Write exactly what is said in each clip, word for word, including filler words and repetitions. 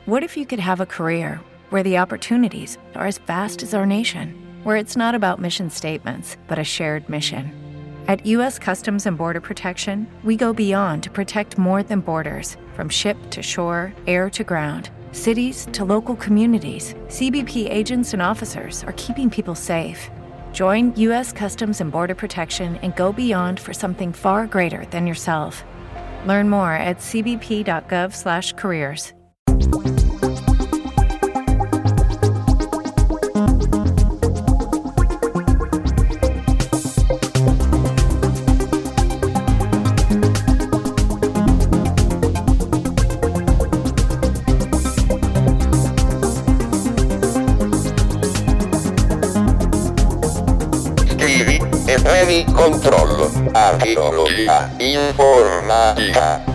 What if you could have a career where the opportunities are as vast as our nation, where it's not about mission statements, but a shared mission? At U S Customs and Border Protection, we go beyond to protect more than borders. From ship to shore, air to ground, cities to local communities, C B P agents and officers are keeping people safe. Join U S Customs and Border Protection and go beyond for something far greater than yourself. Learn more at c b p dot gov slash careers. Premi controllo, archeologia informatica.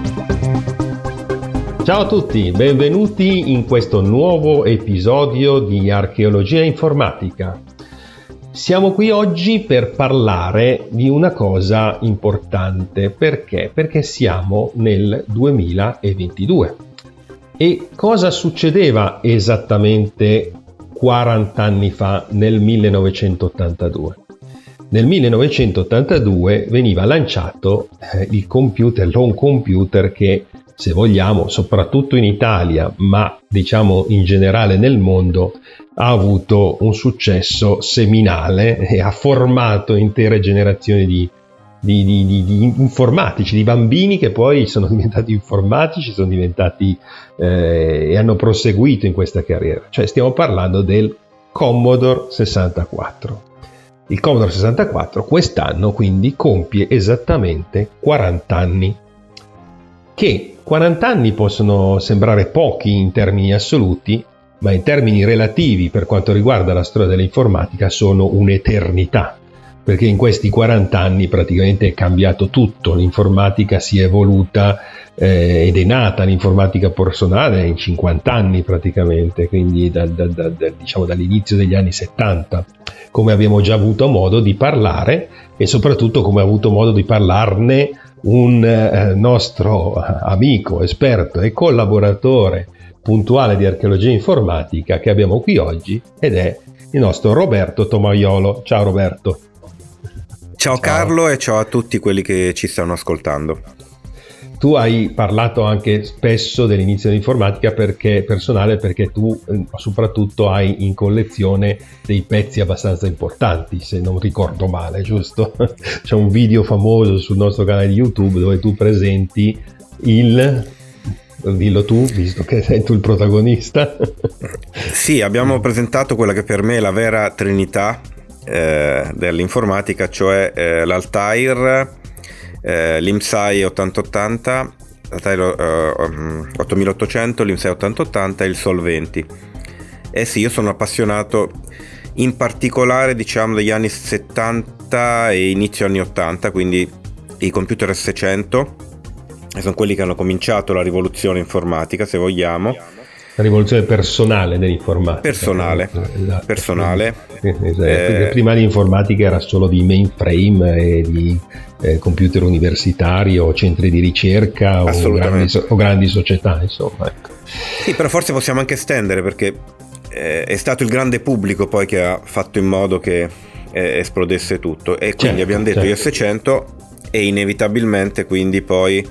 Ciao a tutti, benvenuti in questo nuovo episodio di Archeologia Informatica. Siamo qui oggi per parlare di una cosa importante. Perché? Perché siamo nel duemilaventidue. E cosa succedeva esattamente quaranta anni fa, nel millenovecentottantadue? Nel millenovecentottantadue veniva lanciato eh, il computer, l'home computer che, se vogliamo, soprattutto in Italia, ma diciamo in generale nel mondo, ha avuto un successo seminale e ha formato intere generazioni di, di, di, di, di informatici, di bambini che poi sono diventati informatici, sono diventati eh, e hanno proseguito in questa carriera. Cioè stiamo parlando del Commodore sessantaquattro. Il Commodore sessantaquattro quest'anno quindi compie esattamente quaranta anni, che quaranta anni possono sembrare pochi in termini assoluti, ma in termini relativi per quanto riguarda la storia dell'informatica sono un'eternità, perché in questi quaranta anni praticamente è cambiato tutto, l'informatica si è evoluta eh, ed è nata l'informatica personale in cinquanta anni praticamente, quindi da, da, da, da, diciamo dall'inizio degli anni settanta. Come abbiamo già avuto modo di parlare e soprattutto come ha avuto modo di parlarne un eh, nostro amico, esperto e collaboratore puntuale di archeologia informatica che abbiamo qui oggi, ed è il nostro Roberto Tomaiolo. Ciao Roberto. Ciao, ciao Carlo e ciao a tutti quelli che ci stanno ascoltando. Tu hai parlato anche spesso dell'inizio dell'informatica perché personale, perché tu eh, soprattutto hai in collezione dei pezzi abbastanza importanti, se non ricordo male, giusto? C'è un video famoso sul nostro canale di YouTube dove tu presenti il... dillo tu, visto che sei tu il protagonista. Sì, abbiamo presentato quella che per me è la vera trinità eh, dell'informatica, cioè eh, l'Altair, Eh, l'I M S I ottanta ottanta, eh, ottomilaottocento, l'I M S I ottanta ottanta e il Sol venti. Eh sì, io sono appassionato in particolare diciamo degli anni settanta e inizio anni ottanta, quindi i computer S cento, che sono quelli che hanno cominciato la rivoluzione informatica, se vogliamo. La rivoluzione personale dell'informatica. Personale, esatto. personale. Esatto. Eh, prima l'informatica era solo di mainframe e di eh, computer universitari o centri di ricerca o grandi, o grandi società, insomma. Ecco. Sì, però forse possiamo anche estendere, perché eh, è stato il grande pubblico poi che ha fatto in modo che eh, esplodesse tutto, e quindi certo, abbiamo detto certo. Gli S cento e inevitabilmente quindi poi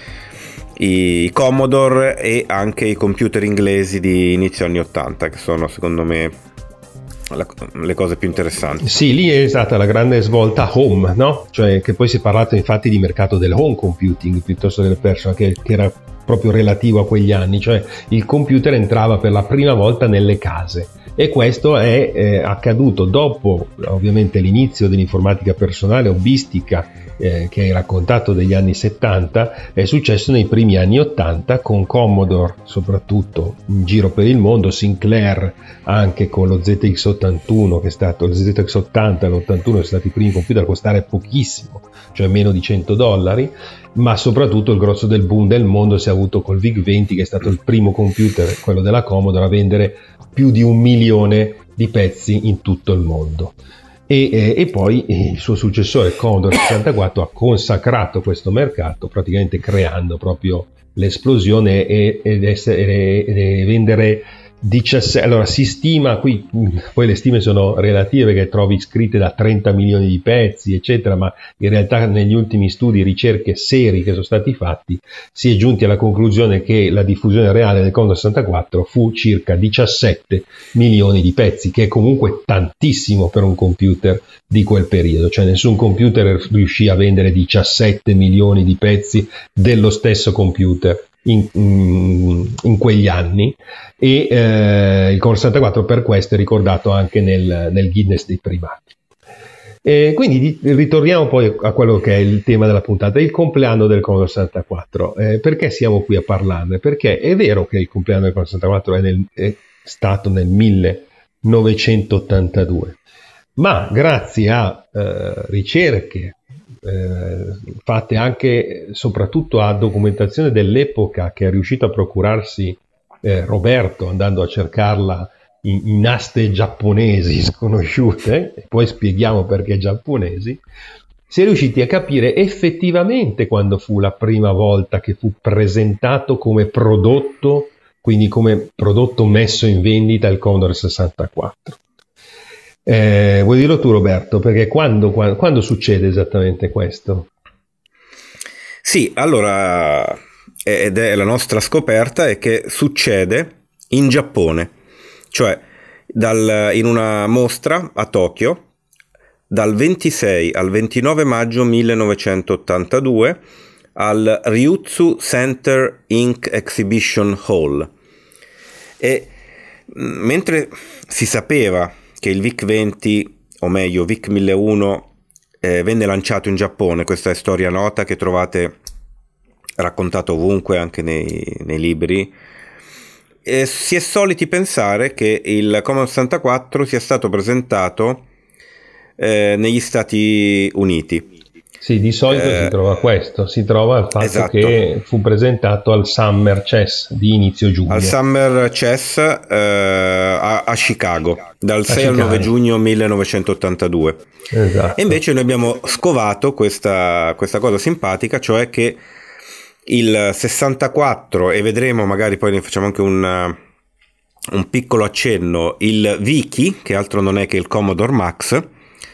i Commodore e anche i computer inglesi di inizio anni ottanta, che sono secondo me la, le cose più interessanti. Sì, lì è stata la grande svolta home, no? Cioè che poi si è parlato infatti di mercato del home computing piuttosto che del personal, che, che era proprio relativo a quegli anni, cioè il computer entrava per la prima volta nelle case. E questo è eh, accaduto dopo ovviamente l'inizio dell'informatica personale hobbistica eh, che hai raccontato degli anni settanta. È successo nei primi anni ottanta con Commodore soprattutto in giro per il mondo, Sinclair anche con lo Z X ottantuno, che è stato il Z X ottanta e l'ottantuno sono stati i primi computer a costare pochissimo, cioè meno di cento dollari, ma soprattutto il grosso del boom del mondo si è avuto col VIC venti, che è stato il primo computer, quello della Commodore, a vendere più di un milione di pezzi in tutto il mondo. e, eh, e poi il suo successore, il Commodore sessantaquattro, ha consacrato questo mercato, praticamente creando proprio l'esplosione e, ed essere, e vendere diciassette, allora si stima qui, poi le stime sono relative perché trovi scritte da trenta milioni di pezzi eccetera, ma in realtà negli ultimi studi, ricerche seri che sono stati fatti, si è giunti alla conclusione che la diffusione reale del Commodore sessantaquattro fu circa diciassette milioni di pezzi, che è comunque tantissimo per un computer di quel periodo, cioè nessun computer riuscì a vendere diciassette milioni di pezzi dello stesso computer In, in, in quegli anni, e eh, il Commodore sessantaquattro per questo è ricordato anche nel, nel Guinness dei primati. E quindi di, ritorniamo poi a quello che è il tema della puntata, il compleanno del Commodore sessantaquattro. Eh, perché siamo qui a parlarne? Perché è vero che il compleanno del Commodore sessantaquattro è, nel, è stato nel millenovecentottantadue, ma grazie a eh, ricerche Eh, fatte anche soprattutto a documentazione dell'epoca che è riuscito a procurarsi eh, Roberto andando a cercarla in, in aste giapponesi sconosciute, e poi spieghiamo perché giapponesi, si è riusciti a capire effettivamente quando fu la prima volta che fu presentato come prodotto, quindi come prodotto messo in vendita, il Commodore sessantaquattro. Eh, vuoi dirlo tu, Roberto? Perché quando, quando, quando succede esattamente questo? Sì, allora, ed è la nostra scoperta, è che succede in Giappone, cioè dal, in una mostra a Tokyo dal ventisei al ventinove maggio millenovecentottantadue al Ryutsu Center Incorporated Exhibition Hall. E mentre si sapeva che il V I C venti, o meglio V I C milleuno, eh, venne lanciato in Giappone, questa è storia nota che trovate raccontata ovunque, anche nei, nei libri, e si è soliti pensare che il Commodore sessantaquattro sia stato presentato eh, negli Stati Uniti. Sì, di solito eh, si trova questo, si trova il fatto esatto. che fu presentato al Summer Chess di inizio giugno. Al Summer Chess eh, a, a Chicago, dal a sei Chicago. al nove giugno millenovecentottantadue. Esatto. E invece noi abbiamo scovato questa, questa cosa simpatica, cioè che il sessantaquattro, e vedremo, magari poi ne facciamo anche un, un piccolo accenno, il Viki, che altro non è che il Commodore Max,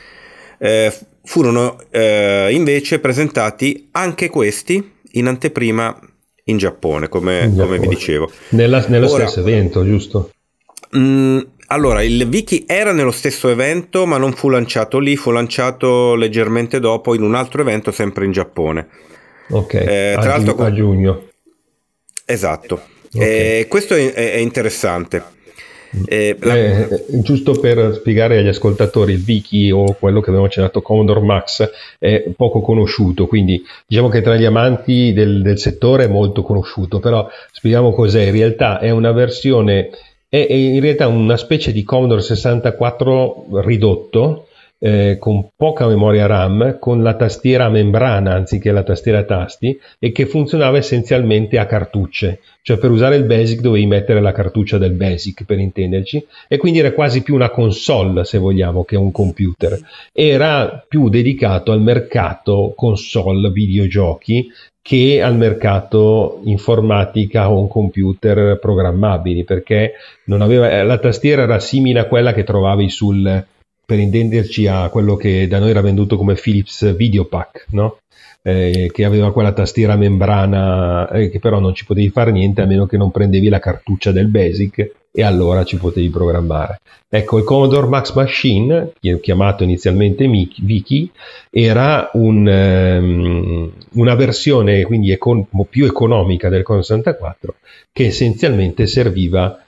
eh, furono eh, invece presentati anche questi in anteprima in Giappone, come, in Giappone. come vi dicevo. Nella, nello Ora, stesso evento, giusto? Mh, allora, il Viki era nello stesso evento, ma non fu lanciato lì, fu lanciato leggermente dopo in un altro evento, sempre in Giappone. Ok, eh, a, tra l'altro, giu- a giugno. Esatto. Okay. Eh, questo è, è interessante. Eh, la... eh, giusto per spiegare agli ascoltatori, il Viki, o quello che abbiamo accennato Commodore Max, è poco conosciuto, quindi diciamo che tra gli amanti del, del settore è molto conosciuto, però spieghiamo cos'è. In realtà è una versione, è, è in realtà una specie di Commodore sessantaquattro ridotto, Eh, con poca memoria RAM, con la tastiera a membrana anziché la tastiera a tasti, e che funzionava essenzialmente a cartucce, cioè per usare il BASIC dovevi mettere la cartuccia del BASIC, per intenderci, e quindi era quasi più una console, se vogliamo, che un computer. Era più dedicato al mercato console videogiochi che al mercato informatica o un computer programmabili, perché non aveva, la tastiera era simile a quella che trovavi sul, per intenderci, a quello che da noi era venduto come Philips Videopack, no? Eh, che aveva quella tastiera a membrana, eh, che però non ci potevi fare niente a meno che non prendevi la cartuccia del BASIC, e allora ci potevi programmare. Ecco, il Commodore Max Machine, chiamato inizialmente Viki, era un, um, una versione quindi econ- più economica del Commodore sessantaquattro, che essenzialmente serviva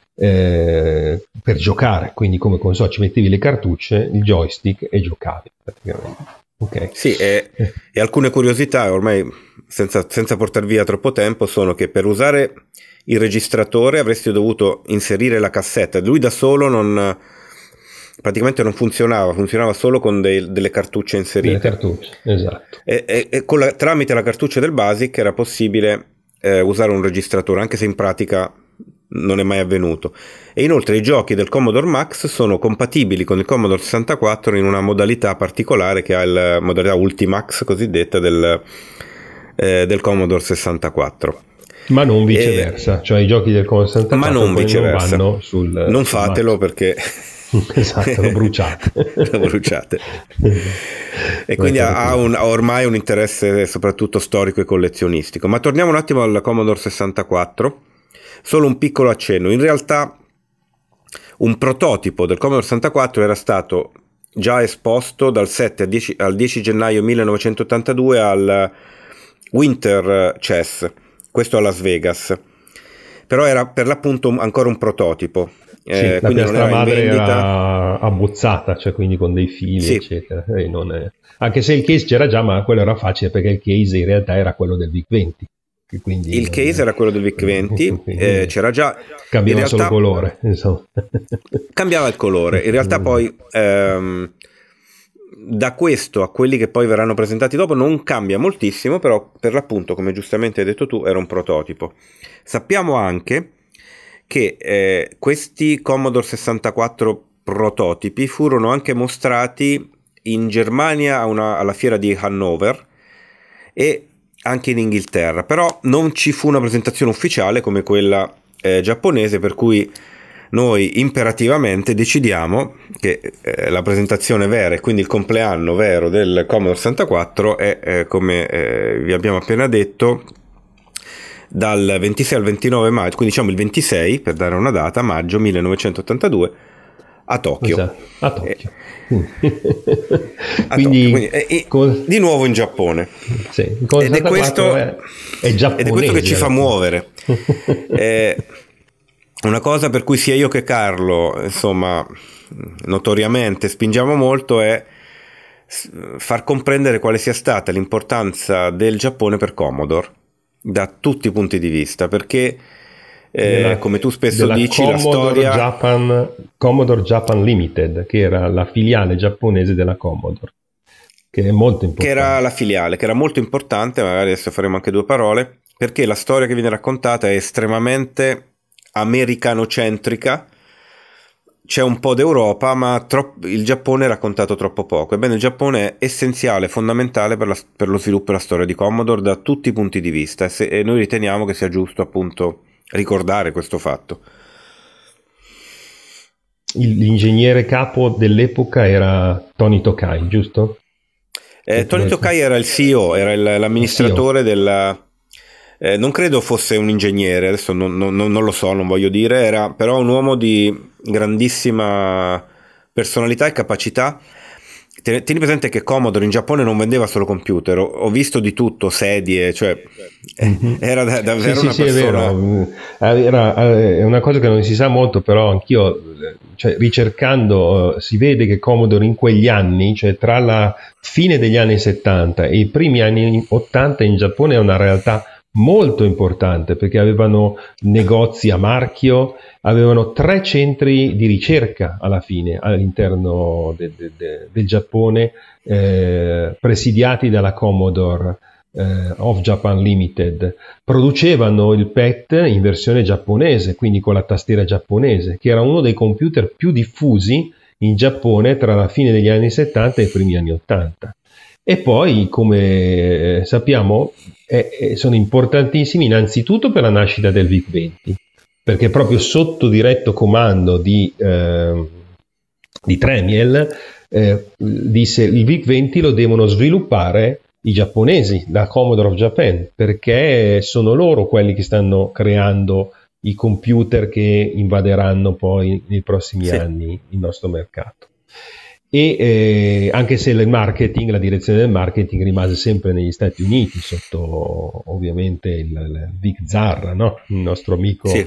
Eh, per giocare, quindi come console ci mettevi le cartucce, il joystick e giocavi praticamente. Okay. Sì, e, e alcune curiosità, ormai senza, senza portar via troppo tempo, sono che per usare il registratore avresti dovuto inserire la cassetta. Lui da solo non praticamente non funzionava, funzionava solo con dei, delle cartucce inserite. Delle cartucce, esatto. E, e, e con la, tramite la cartuccia del BASIC era possibile eh, usare un registratore, anche se in pratica non è mai avvenuto. E inoltre i giochi del Commodore Max sono compatibili con il Commodore sessantaquattro in una modalità particolare che ha la modalità Ultimax cosiddetta del, eh, del Commodore sessantaquattro. Ma non viceversa, e, cioè i giochi del Commodore sessantaquattro ma non viceversa. Non vanno sul non sul fatelo Max. Perché esatto, lo bruciate. lo bruciate. E quindi ha, ha un, ormai un interesse soprattutto storico e collezionistico. Ma torniamo un attimo al Commodore sessantaquattro. Solo un piccolo accenno. In realtà un prototipo del Commodore sessantaquattro era stato già esposto dal sette al dieci, al dieci gennaio millenovecentottantadue al Winter Chess, questo a Las Vegas, però era per l'appunto ancora un prototipo. Sì, eh, la quindi non piastra era in madre vendita. era abbozzata, cioè quindi con dei fili, Sì. eccetera. E non è... Anche se il case c'era già, ma quello era facile perché il case in realtà era quello del VIC venti. Quindi Il case è... era quello del VIC venti, eh, c'era già. Cambiava in realtà, solo colore, insomma. Cambiava il colore. In realtà poi ehm, da questo a quelli che poi verranno presentati dopo non cambia moltissimo, però per l'appunto, come giustamente hai detto tu, era un prototipo. Sappiamo anche che eh, questi Commodore sessantaquattro prototipi furono anche mostrati in Germania a una, alla fiera di Hannover e anche in Inghilterra, però non ci fu una presentazione ufficiale come quella eh, giapponese, per cui noi imperativamente decidiamo che eh, la presentazione vera e quindi il compleanno vero del Commodore sessantaquattro è eh, come eh, vi abbiamo appena detto, dal ventisei al ventinove maggio, quindi diciamo il ventisei per dare una data, maggio millenovecentottantadue a Tokyo. Esatto, a Tokyo. Eh, quindi, a Tokyo. Quindi eh, eh, con... di nuovo in Giappone. Sì, ed, è questo, è, è giapponese, ed è questo che ci fa muovere. eh, una cosa per cui sia io che Carlo, insomma, notoriamente spingiamo molto è far comprendere quale sia stata l'importanza del Giappone per Commodore da tutti i punti di vista, perché eh, della, come tu spesso dici Commodore la storia Japan, Commodore Japan Limited, che era la filiale giapponese della Commodore, che è molto importante, che era la filiale, che era molto importante, magari adesso faremo anche due parole, perché la storia che viene raccontata è estremamente americanocentrica. C'è un po' d'Europa, ma troppo, il Giappone è raccontato troppo poco. Ebbene, il Giappone è essenziale, fondamentale per, la, per lo sviluppo e la storia di Commodore da tutti i punti di vista, e, se, e noi riteniamo che sia giusto appunto ricordare questo fatto. L'ingegnere capo dell'epoca era Tony Tokai, giusto? Eh, Tony Tokai era il C E O, era il, l'amministratore C E O. della... Eh, non credo fosse un ingegnere, adesso non, non, non lo so, non voglio dire, era però un uomo di grandissima personalità e capacità. Tieni presente che Commodore in Giappone non vendeva solo computer, ho, ho visto di tutto, sedie, cioè mm-hmm. era da, davvero sì, una sì, persona... Sì, è vero. Era, è una cosa che non si sa molto, però anch'io, cioè, ricercando, si vede che Commodore in quegli anni, cioè tra la fine degli anni settanta e i primi anni ottanta in Giappone, è una realtà molto importante, perché avevano negozi a marchio, avevano tre centri di ricerca alla fine all'interno de, de, de, del Giappone, eh, presidiati dalla Commodore eh, of Japan Limited. Producevano il P E T in versione giapponese, quindi con la tastiera giapponese, che era uno dei computer più diffusi in Giappone tra la fine degli anni settanta e i primi anni ottanta. E poi, come sappiamo, eh, eh, sono importantissimi innanzitutto per la nascita del VIC venti, perché proprio sotto diretto comando di, eh, di Tremiel eh, disse il VIC venti lo devono sviluppare i giapponesi, la Commodore of Japan, perché sono loro quelli che stanno creando i computer che invaderanno poi nei prossimi sì. anni il nostro mercato. E eh, anche se il marketing, la direzione del marketing rimase sempre negli Stati Uniti, sotto ovviamente il, il Vic Zarra, no? Il nostro amico sì.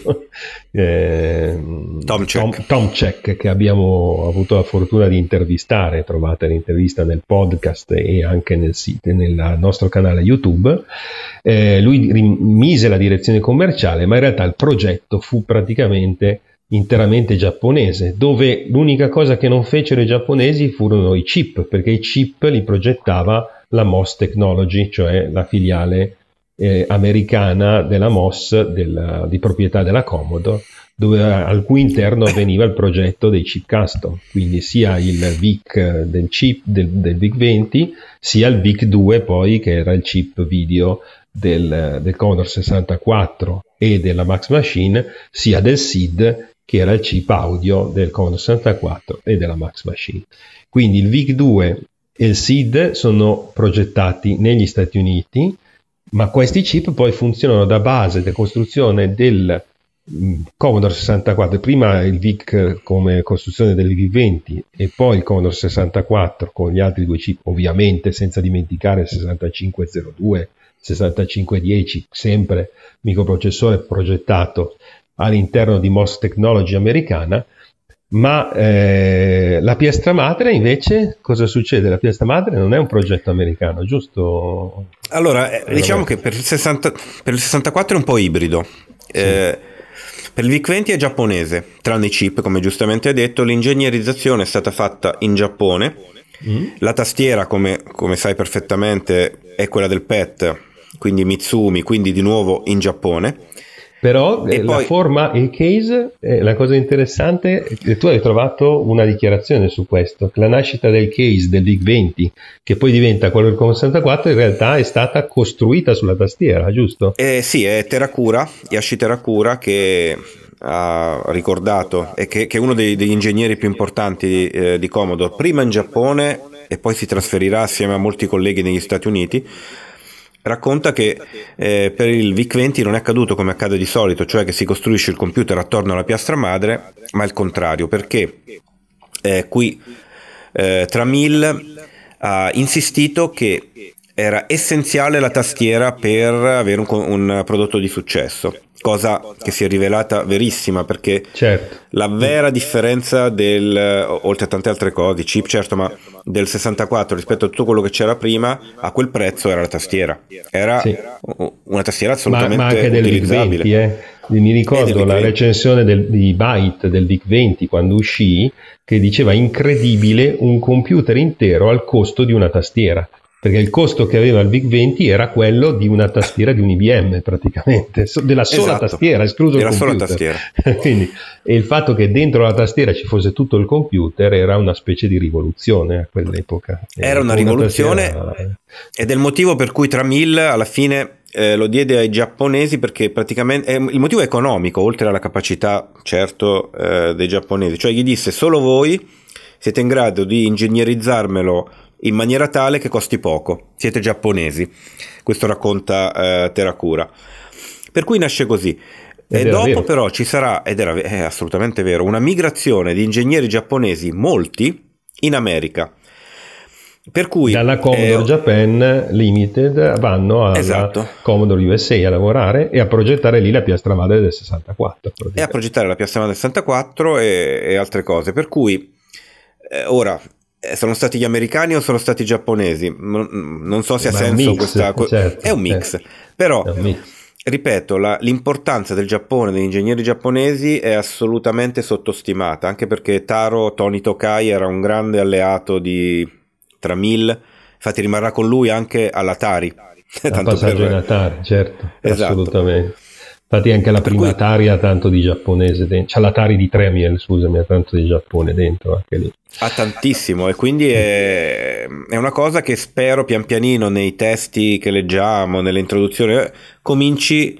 eh, Tomczyk. Tom, Tomczyk, che abbiamo avuto la fortuna di intervistare. Trovate l'intervista nel podcast e anche nel sito, nel nostro canale YouTube. Eh, lui rimise la direzione commerciale, ma in realtà il progetto fu praticamente interamente giapponese, dove l'unica cosa che non fecero i giapponesi furono i chip, perché i chip li progettava la M O S Technology, cioè la filiale eh, americana della M O S del, di proprietà della Commodore, dove al cui interno avveniva il progetto dei chip custom, quindi sia il V I C del chip del, del VIC venti, sia il V I C due poi, che era il chip video del, del Commodore sessantaquattro e della Max Machine, sia del S I D, che era il chip audio del Commodore sessantaquattro e della Max Machine. Quindi il V I C due e il S I D sono progettati negli Stati Uniti, ma questi chip poi funzionano da base di costruzione del Commodore sessantaquattro, prima il V I C come costruzione del V I C venti e poi il Commodore sessantaquattro con gli altri due chip, ovviamente senza dimenticare il sessantacinque zero due, sessantacinque dieci, sempre microprocessore progettato all'interno di M O S Technology americana. Ma eh, la piastra madre invece, cosa succede? La piastra madre non è un progetto americano, giusto? Allora, eh, diciamo che per il, sessanta, per il sessantaquattro è un po' ibrido. Sì. Eh, per il V I C venti è giapponese, tranne i chip, come giustamente hai detto. L'ingegnerizzazione è stata fatta in Giappone. Mm. La tastiera, come, come sai perfettamente, è quella del P E T, quindi Mitsumi, quindi di nuovo in Giappone. Però e la poi, forma e il case, eh, la cosa interessante è che tu hai trovato una dichiarazione su questo, che la nascita del case del V I C venti, che poi diventa quello del Commodore sessantaquattro, in realtà è stata costruita sulla tastiera, giusto? Eh, sì, è Terakura, Yashi Terakura, che ha ricordato e che, che è uno dei, degli ingegneri più importanti eh, di Commodore, prima in Giappone e poi si trasferirà assieme a molti colleghi negli Stati Uniti. Racconta che eh, per il V I C venti non è accaduto come accade di solito, cioè che si costruisce il computer attorno alla piastra madre, ma il contrario, perché eh, qui eh, Tramiel ha insistito che era essenziale la tastiera per avere un, un prodotto di successo, cosa che si è rivelata verissima, perché certo. La vera differenza del, oltre a tante altre cose, chip certo, ma del sessantaquattro rispetto a tutto quello che c'era prima, a quel prezzo era la tastiera, era sì. una tastiera assolutamente ma, ma anche del utilizzabile. V I C venti, eh. Mi ricordo la recensione del, di Byte del V I C venti quando uscì, che diceva incredibile, un computer intero al costo di una tastiera, perché il costo che aveva il V I C venti era quello di una tastiera di un I B M praticamente, della sola esatto. tastiera, escluso della il computer. Sola tastiera. Quindi, e il fatto che dentro la tastiera ci fosse tutto il computer era una specie di rivoluzione a quell'epoca. Era una rivoluzione una tastiera... ed è il motivo per cui Tramiel alla fine eh, lo diede ai giapponesi, perché praticamente eh, il motivo è economico, oltre alla capacità certo eh, dei giapponesi, cioè gli disse: solo voi siete in grado di ingegnerizzarmelo in maniera tale che costi poco, siete giapponesi. Questo racconta eh, Terakura, per cui nasce così. Ed e dopo vero. Però ci sarà, ed era è assolutamente vero, una migrazione di ingegneri giapponesi, molti, in America, per cui dalla Commodore eh, Japan Limited vanno alla esatto. Commodore U S A a lavorare e a progettare lì la piastra madre del sessantaquattro, e a progettare la piastra madre del sessantaquattro e, e altre cose, per cui eh, ora sono stati gli americani o sono stati i giapponesi? Non so se ha senso mix, questa cosa. Certo, è un mix, certo. Però un mix. Ripeto, la, l'importanza del Giappone, degli ingegneri giapponesi è assolutamente sottostimata, anche perché Taro Tony Tokai era un grande alleato di Tramiel, infatti rimarrà con lui anche all'Atari. Al passaggio per... in Atari, certo, esatto. Assolutamente. Infatti anche la prima cui... Atari ha tanto di giapponese dentro, c'ha l'Atari di Tramiel, scusami, ha tanto di Giappone dentro anche lì. Ha tantissimo, e quindi è, è una cosa che spero pian pianino nei testi che leggiamo, nelle introduzioni, cominci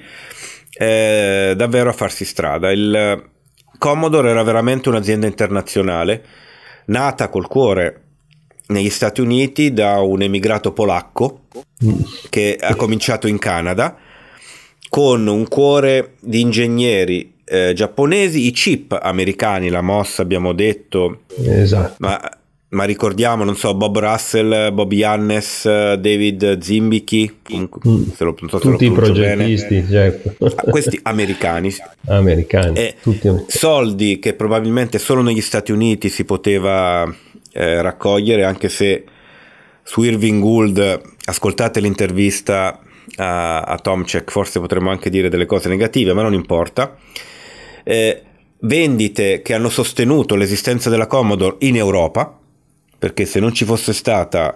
eh, davvero a farsi strada. Il Commodore era veramente un'azienda internazionale, nata col cuore negli Stati Uniti da un emigrato polacco che ha cominciato in Canada, con un cuore di ingegneri eh, giapponesi, i chip americani, la M O S abbiamo detto, esatto. ma, ma ricordiamo, non so, Bob Russell, Bob Yannes, David Zimbicki, comunque, mm. se lo, non so tutti se lo i progettisti, bene. Certo. Questi americani, americani e tutti americani. Soldi che probabilmente solo negli Stati Uniti si poteva eh, raccogliere, anche se su Irving Gould, ascoltate l'intervista a, a Tomczak, forse potremmo anche dire delle cose negative, ma non importa. Eh, vendite che hanno sostenuto l'esistenza della Commodore in Europa, perché se non ci fosse stata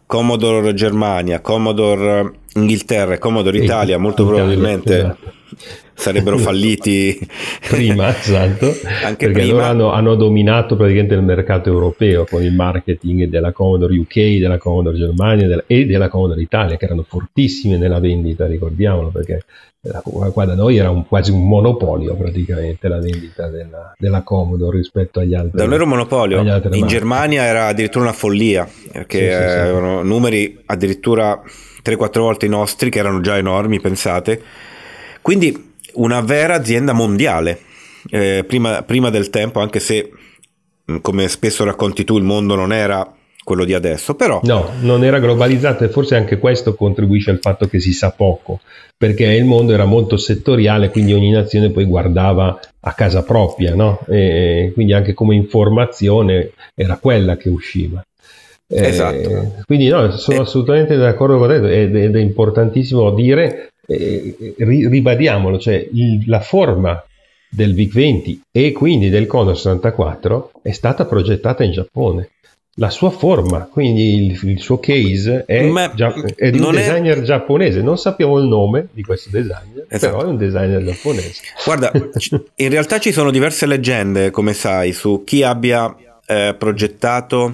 Commodore Germania, Commodore Inghilterra e Commodore Italia molto Italia, probabilmente esatto. sarebbero falliti prima, esatto, anche perché prima. loro hanno, hanno dominato praticamente il mercato europeo con il marketing della Commodore U K, della Commodore Germania della, e della Commodore Italia, che erano fortissime nella vendita, ricordiamolo, perché qua da noi era un, quasi un monopolio praticamente la vendita della, della Commodore rispetto agli altri. Da non era un monopolio, in marchi. Germania era addirittura una follia, perché sì, sì, sì. avevano numeri addirittura tre quattro volte i nostri, che erano già enormi, pensate. Quindi una vera azienda mondiale, eh, prima, prima del tempo, anche se, come spesso racconti tu, il mondo non era quello di adesso, però no, non era globalizzato, e forse anche questo contribuisce al fatto che si sa poco, perché il mondo era molto settoriale, quindi ogni nazione poi guardava a casa propria, no? E quindi anche come informazione era quella che usciva. Esatto. Eh, quindi no, sono eh. assolutamente d'accordo con te, ed, ed è importantissimo dire, eh, ribadiamolo, cioè il, la forma del VIC venti e quindi del Commodore sessantaquattro è stata progettata in Giappone. La sua forma, quindi il, il suo case è, Ma gia- è di un designer è... giapponese. Non sappiamo il nome di questo designer, esatto. però è un designer giapponese. Guarda, in realtà ci sono diverse leggende, come sai, su chi abbia eh, progettato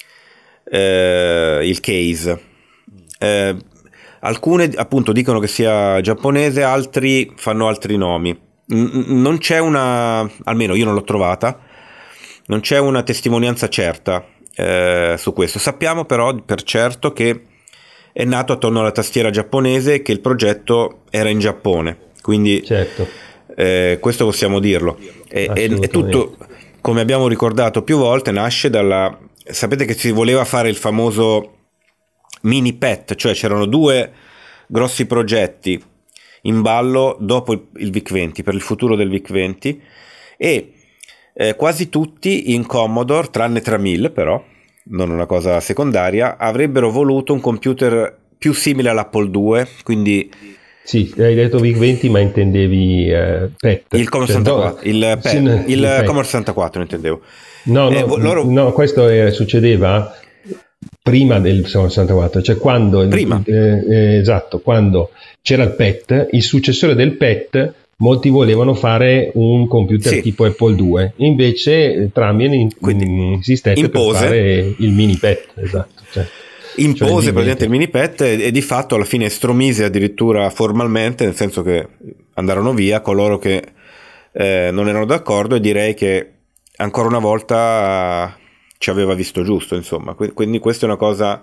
eh, il case. Eh, alcune appunto dicono che sia giapponese, altri fanno altri nomi. N- non c'è una, almeno io non l'ho trovata, non c'è una testimonianza certa Eh, su questo. Sappiamo però per certo che è nato attorno alla tastiera giapponese e che il progetto era in Giappone, quindi certo. eh, questo possiamo dirlo. E, e tutto, come abbiamo ricordato più volte, nasce dalla, sapete che si voleva fare il famoso mini P E T, cioè c'erano due grossi progetti in ballo dopo il, il VIC venti, per il futuro del VIC venti, e Eh, quasi tutti in Commodore, tranne tra mille però, non una cosa secondaria, avrebbero voluto un computer più simile all'Apple due, quindi... Sì, hai detto VIC venti ma intendevi eh, P E T. Il Commodore cioè, sessantaquattro, no, il, P E T, sì, il, il Commodore sessantaquattro intendevo. No, no, eh, loro... no questo eh, succedeva prima del sessantaquattro, cioè quando... Prima. Eh, eh, esatto, quando c'era il P E T, il successore del P E T... Molti volevano fare un computer sì. tipo Apple due, invece Tramian insistette impose. per fare il mini P E T, esatto. Cioè, impose cioè praticamente il mini P E T e, e di fatto alla fine estromise addirittura formalmente, nel senso che andarono via coloro che eh, non erano d'accordo, e direi che ancora una volta ci aveva visto giusto, insomma. Quindi questa è una cosa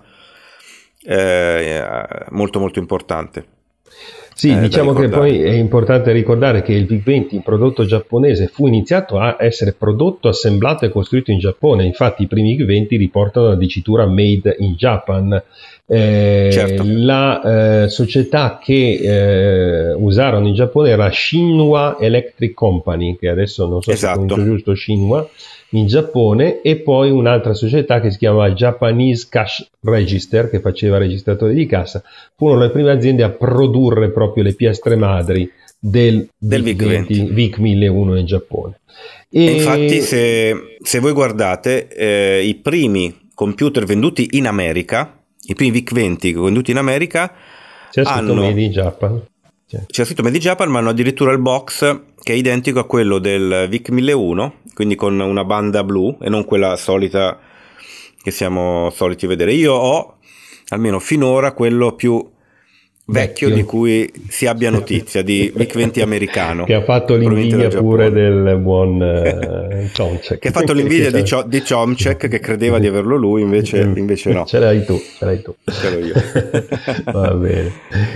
eh, molto molto importante. Sì, eh, diciamo che poi è importante ricordare che il VIC venti, in prodotto giapponese, fu iniziato a essere prodotto, assemblato e costruito in Giappone. Infatti i primi VIC venti riportano la dicitura Made in Japan. Eh, certo. La eh, società che eh, usarono in Giappone era Shinwa Electric Company, che adesso non so esatto. se pronuncio giusto, Shinwa, in Giappone, e poi un'altra società che si chiama Japanese Cash Register, che faceva registratori di cassa. Furono le prime aziende a produrre proprio le piastre madri del, del VIC venti, VIC milleuno in Giappone. E, e infatti se, se voi guardate eh, i primi computer venduti in America, i primi VIC venti venduti in America, c'è scritto hanno, Made in Japan. C'è scritto Made in Japan, ma hanno addirittura il box che è identico a quello del VIC milleuno, quindi con una banda blu e non quella solita che siamo soliti vedere. Io ho, almeno finora, quello più vecchio, vecchio. di cui si abbia notizia, di VIC venti americano, che ha fatto l'invidia pure del buon uh, Chomcek, che ha fatto l'invidia di, Cio- di Chomcek, che credeva di averlo lui, invece, invece no, ce l'hai tu, ce l'hai tu. Ce l'ho io. Va bene.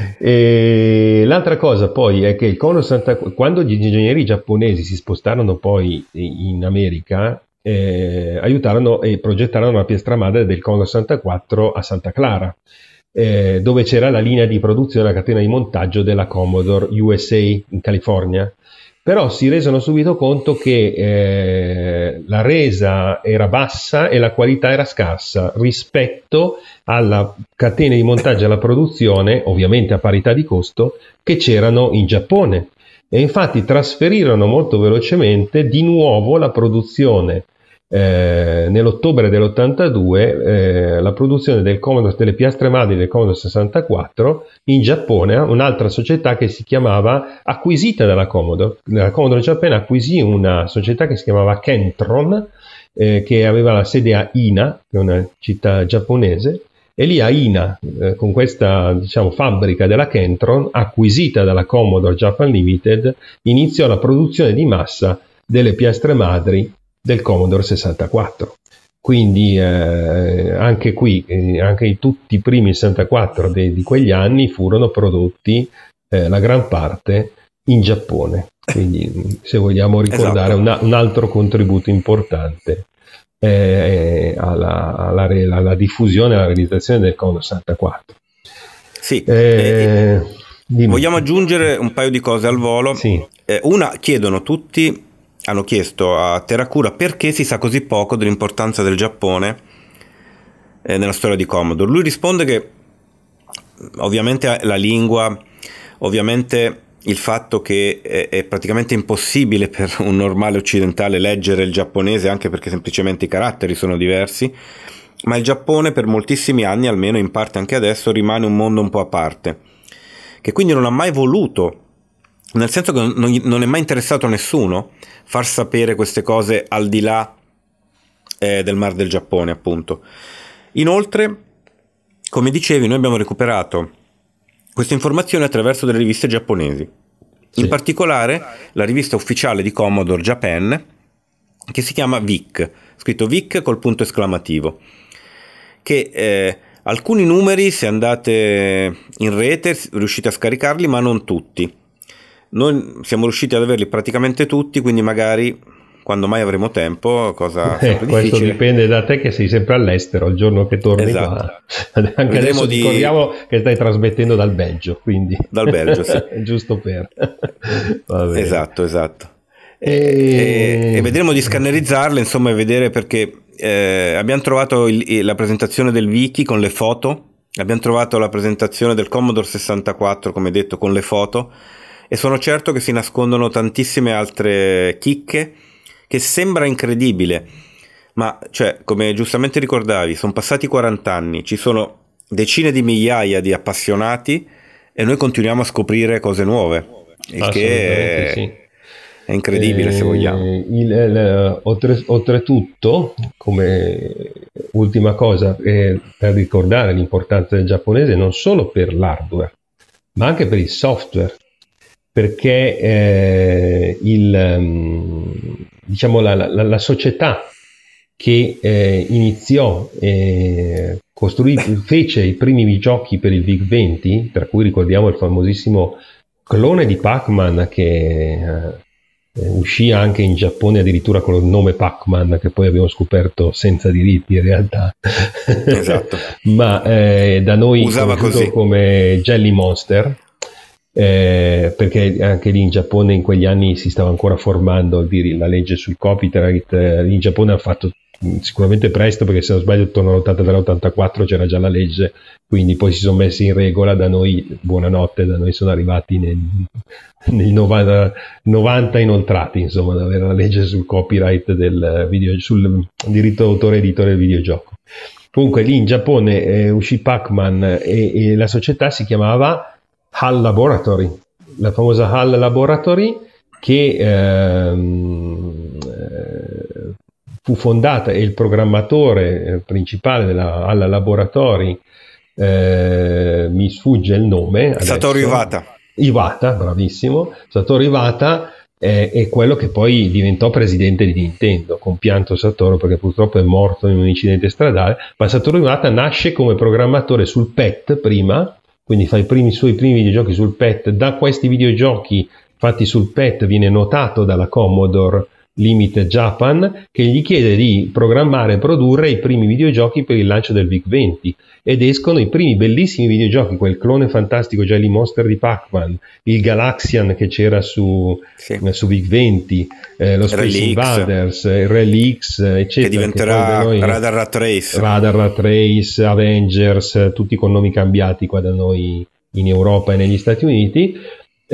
E l'altra cosa poi è che il Commodore sessantaquattro, quando gli ingegneri giapponesi si spostarono poi in America, eh, aiutarono e progettarono la piastra madre del Commodore sessantaquattro a Santa Clara, Eh, dove c'era la linea di produzione, la catena di montaggio della Commodore U S A in California. Però si resero subito conto che eh, la resa era bassa e la qualità era scarsa rispetto alla catena di montaggio e alla produzione, ovviamente a parità di costo, che c'erano in Giappone. E infatti trasferirono molto velocemente di nuovo la produzione eh, nell'ottobre dell'ottantadue eh, la produzione del Commodore, delle piastre madri del Commodore sessantaquattro in Giappone. Un'altra società che si chiamava, acquisita dalla Commodore, la Commodore Japan acquisì una società che si chiamava Kentron, eh, che aveva la sede a Ina, che è una città giapponese, e lì a Ina, eh, con questa, diciamo, fabbrica della Kentron acquisita dalla Commodore Japan Limited, iniziò la produzione di massa delle piastre madri del Commodore sessantaquattro. Quindi eh, anche qui, eh, anche in tutti i primi sessantaquattro de, di quegli anni furono prodotti eh, la gran parte in Giappone. Quindi, se vogliamo ricordare, esatto, una, un altro contributo importante eh, alla, alla, alla diffusione e alla realizzazione del Commodore sessantaquattro. Sì, eh, eh, vogliamo aggiungere un paio di cose al volo. Sì. Eh, una, chiedono tutti, hanno chiesto a Teracura perché si sa così poco dell'importanza del Giappone eh, nella storia di Commodore. Lui risponde che ovviamente la lingua, ovviamente il fatto che è, è praticamente impossibile per un normale occidentale leggere il giapponese, anche perché semplicemente i caratteri sono diversi, ma il Giappone per moltissimi anni, almeno in parte anche adesso, rimane un mondo un po' a parte, che quindi non ha mai voluto, nel senso che non, non è mai interessato a nessuno far sapere queste cose al di là eh, del Mar del Giappone, appunto. Inoltre, come dicevi, noi abbiamo recuperato queste informazioni attraverso delle riviste giapponesi, sì. In particolare la rivista ufficiale di Commodore Japan, che si chiama V I C, scritto V I C col punto esclamativo, che eh, alcuni numeri, se andate in rete, riuscite a scaricarli, ma non tutti. Noi siamo riusciti ad averli praticamente tutti, quindi magari quando mai avremo tempo, cosa eh, questo difficile. Dipende da te, che sei sempre all'estero il giorno che torni, esatto. Qua. Anche Vedremo adesso di... ricordiamo che stai trasmettendo dal Belgio, quindi dal Belgio, sì. Giusto per esatto, esatto. E... E... e vedremo di scannerizzarle, insomma, e vedere, perché eh, abbiamo trovato il, la presentazione del wiki con le foto, abbiamo trovato la presentazione del Commodore sessantaquattro, come detto, con le foto, e sono certo che si nascondono tantissime altre chicche, che sembra incredibile, ma cioè, come giustamente ricordavi, sono passati quaranta anni, ci sono decine di migliaia di appassionati e noi continuiamo a scoprire cose nuove, il che è, sì. È incredibile, eh, se vogliamo. Il, il, oltre, oltretutto, come ultima cosa, eh, per ricordare l'importanza del giapponese non solo per l'hardware, ma anche per il software, perché eh, il, diciamo la, la, la società che eh, iniziò e costruì, fece i primi giochi per il V I C venti, tra cui ricordiamo il famosissimo clone di Pac-Man che eh, uscì anche in Giappone addirittura con il nome Pac-Man, che poi abbiamo scoperto senza diritti in realtà. Esatto. Ma eh, da noi usava così come Jelly Monster. Eh, perché anche lì in Giappone in quegli anni si stava ancora formando la legge sul copyright. Eh, in Giappone hanno fatto sicuramente presto, perché se non sbaglio attorno all'ottantatré ottantaquattro c'era già la legge, quindi poi si sono messi in regola. Da noi, buonanotte, da noi sono arrivati nel, nel novanta, novanta inoltrati, insomma, ad avere la legge sul copyright del video, sul diritto d'autore editore del videogioco. Comunque lì in Giappone eh, uscì Pac-Man e, e la società si chiamava HAL Laboratory, la famosa HAL Laboratory, che ehm, fu fondata, e il programmatore principale della HAL Laboratory, eh, mi sfugge il nome adesso. Satoru Iwata. Iwata, bravissimo. Satoru Iwata è, è quello che poi diventò presidente di Nintendo, compianto Satoru perché purtroppo è morto in un incidente stradale, ma Satoru Iwata nasce come programmatore sul P E T prima, quindi fa i primi, suoi primi videogiochi sul P E T. Da questi videogiochi fatti sul P E T viene notato dalla Commodore Limited Japan, che gli chiede di programmare e produrre i primi videogiochi per il lancio del V I C venti, ed escono i primi bellissimi videogiochi, quel clone fantastico Jelly Monster di Pac-Man, il Galaxian che c'era su, sì. su V I C venti, eh, lo Space Invaders, il Rally X, eccetera, che diventerà che noi, Radar Rat Race Radar Rat Race, Avengers, tutti con nomi cambiati qua da noi in Europa e negli Stati Uniti.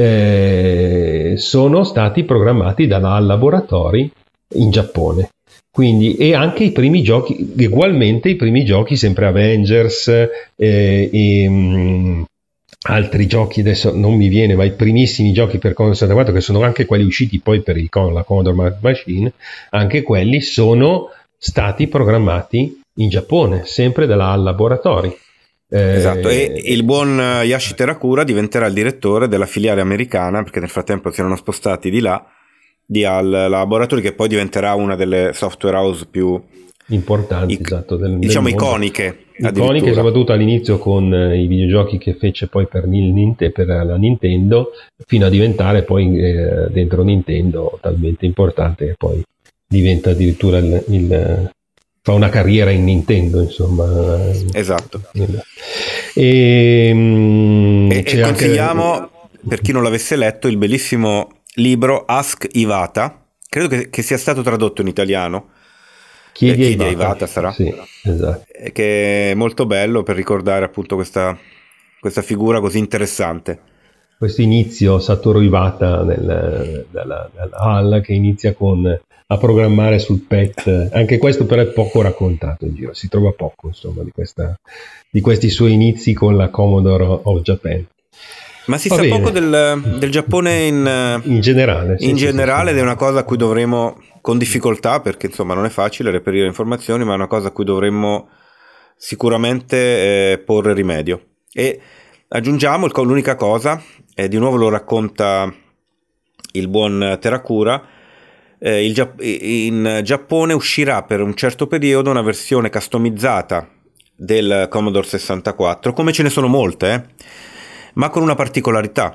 Eh, sono stati programmati dalla HAL Laboratory in Giappone, Quindi, e anche i primi giochi, ugualmente i primi giochi, sempre Avengers eh, e mh, altri giochi, adesso non mi viene, ma i primissimi giochi per Commodore sessantaquattro, che sono anche quelli usciti poi per il, la Commodore Machine, anche quelli sono stati programmati in Giappone, sempre dalla Laboratori. Eh, esatto, e il buon Yashi Terakura diventerà il direttore della filiale americana, perché nel frattempo si erano spostati di là, di Al Laboratory, che poi diventerà una delle software house più importanti, ic- esatto, del, diciamo del iconiche, iconiche soprattutto all'inizio con eh, i videogiochi che fece poi per, Nint- per la Nintendo, fino a diventare poi eh, dentro Nintendo talmente importante che poi diventa addirittura il, il fa una carriera in Nintendo, insomma. Esatto. E, mh, e, e consigliamo anche... per chi non l'avesse letto il bellissimo libro Ask Iwata, credo che, che sia stato tradotto in italiano. Chiedi, eh, chiedi a Iwata, Iwata sarà, sì, esatto. Che è molto bello per ricordare appunto questa, questa figura così interessante. Questo inizio Satoru Iwata nel, dalla, dalla H A L, che inizia con a programmare sul P E T, anche questo però è poco raccontato in giro, si trova poco insomma di, questa, di questi suoi inizi con la Commodore of Japan. Ma si Va sa bene. poco del, del Giappone in, in generale, in sì, generale sì, sì. Ed è una cosa a cui dovremo, con difficoltà, perché insomma non è facile reperire informazioni, ma è una cosa a cui dovremmo sicuramente eh, porre rimedio. E aggiungiamo il, l'unica cosa, eh, di nuovo lo racconta il buon Terakura, eh, il, in Giappone uscirà per un certo periodo una versione customizzata del Commodore sessantaquattro, come ce ne sono molte, eh, ma con una particolarità,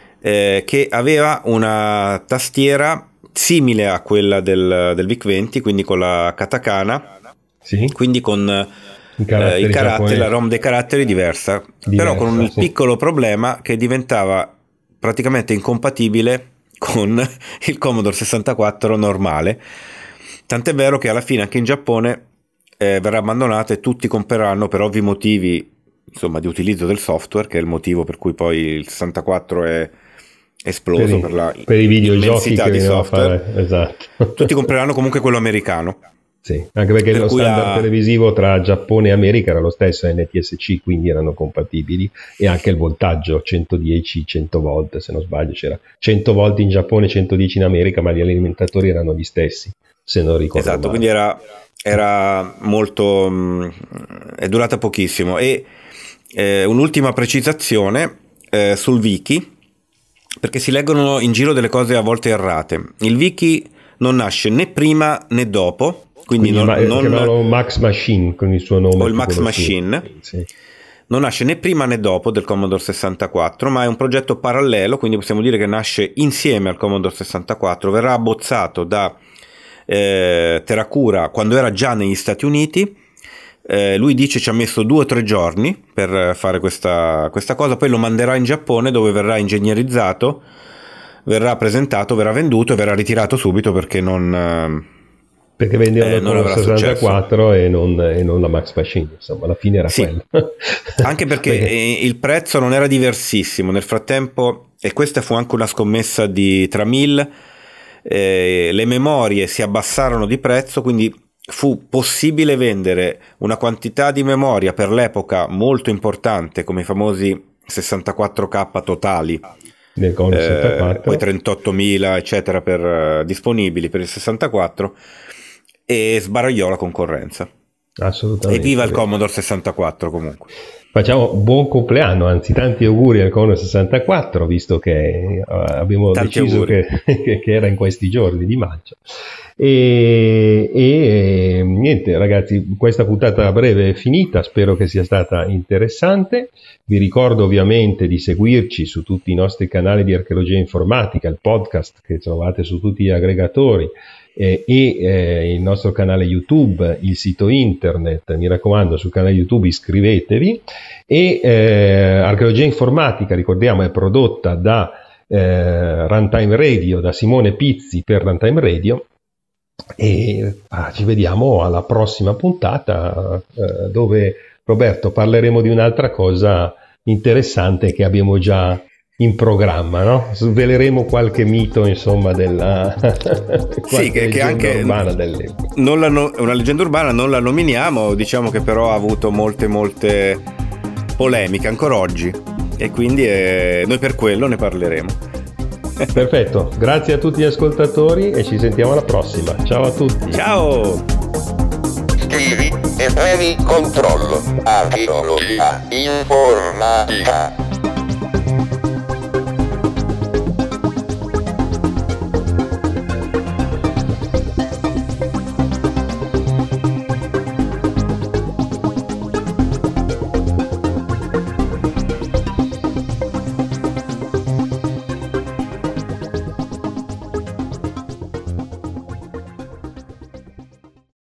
eh, che aveva una tastiera simile a quella del, del VIC venti, quindi con la katakana, sì. quindi con I caratteri, eh, i caratteri la ROM dei caratteri diversa, diversa però con un sì. piccolo problema, che diventava praticamente incompatibile con il Commodore sessantaquattro normale, tant'è vero che alla fine anche in Giappone eh, verrà abbandonato e tutti compreranno, per ovvi motivi insomma di utilizzo del software, che è il motivo per cui poi il sessantaquattro è esploso per, i, per la per i videogiochi che di software, fare, esatto. Tutti compreranno comunque quello americano. Sì, anche perché per lo standard ha... televisivo tra Giappone e America era lo stesso, N T S C, quindi erano compatibili, e anche il voltaggio centodieci cento volt, se non sbaglio c'era cento volt in Giappone, centodieci in America, ma gli alimentatori erano gli stessi, se non ricordo esatto, male. Quindi era, era molto mh, è durata pochissimo. E eh, un'ultima precisazione eh, sul wiki, perché si leggono in giro delle cose a volte errate. Il wiki non nasce né prima né dopo, quindi, quindi non, ma, non Max Machine con il suo nome, o il Max Machine, sì. Non nasce né prima né dopo del Commodore sessantaquattro, ma è un progetto parallelo, quindi possiamo dire che nasce insieme al Commodore sessantaquattro. Verrà abbozzato da eh, Terakura quando era già negli Stati Uniti. Eh, lui dice ci ha messo due o tre giorni per fare questa, questa cosa, poi lo manderà in Giappone, dove verrà ingegnerizzato, verrà presentato, verrà venduto e verrà ritirato subito, perché non... perché vendevano eh, non il sessantaquattro e non, e non la Max Machine, insomma alla fine era sì. quello. Anche perché, perché il prezzo non era diversissimo nel frattempo, e questa fu anche una scommessa di Tramil, eh, le memorie si abbassarono di prezzo, quindi fu possibile vendere una quantità di memoria per l'epoca molto importante, come i famosi sessantaquattro K totali, del Commodore sessantaquattro, eh, poi trentottomila eccetera per, uh, disponibili per il sessantaquattro, e sbaragliò la concorrenza. Assolutamente. E viva il Commodore sessantaquattro comunque. Facciamo buon compleanno, anzi tanti auguri al Commodore sessantaquattro, visto che uh, abbiamo tanti deciso che, che, che era in questi giorni di maggio. E, e niente ragazzi, questa puntata breve è finita, spero che sia stata interessante. Vi ricordo ovviamente di seguirci su tutti i nostri canali di archeologia informatica, il podcast che trovate su tutti gli aggregatori, eh, e eh, il nostro canale YouTube, il sito internet. Mi raccomando, sul canale YouTube iscrivetevi. E eh, archeologia informatica, ricordiamo, è prodotta da eh, Runtime Radio, da Simone Pizzi per Runtime Radio. E ah, ci vediamo alla prossima puntata, eh, dove Roberto parleremo di un'altra cosa interessante che abbiamo già in programma, no? Sveleremo qualche mito, insomma, della sì, che, che anche urbana dell'epoca. Non la no, una leggenda urbana non la nominiamo, diciamo che però ha avuto molte molte polemiche ancora oggi e quindi eh, noi per quello ne parleremo. Perfetto, grazie a tutti gli ascoltatori e ci sentiamo alla prossima. Ciao a tutti. Ciao. Scrivi e previ controllo. Archeologia informatica.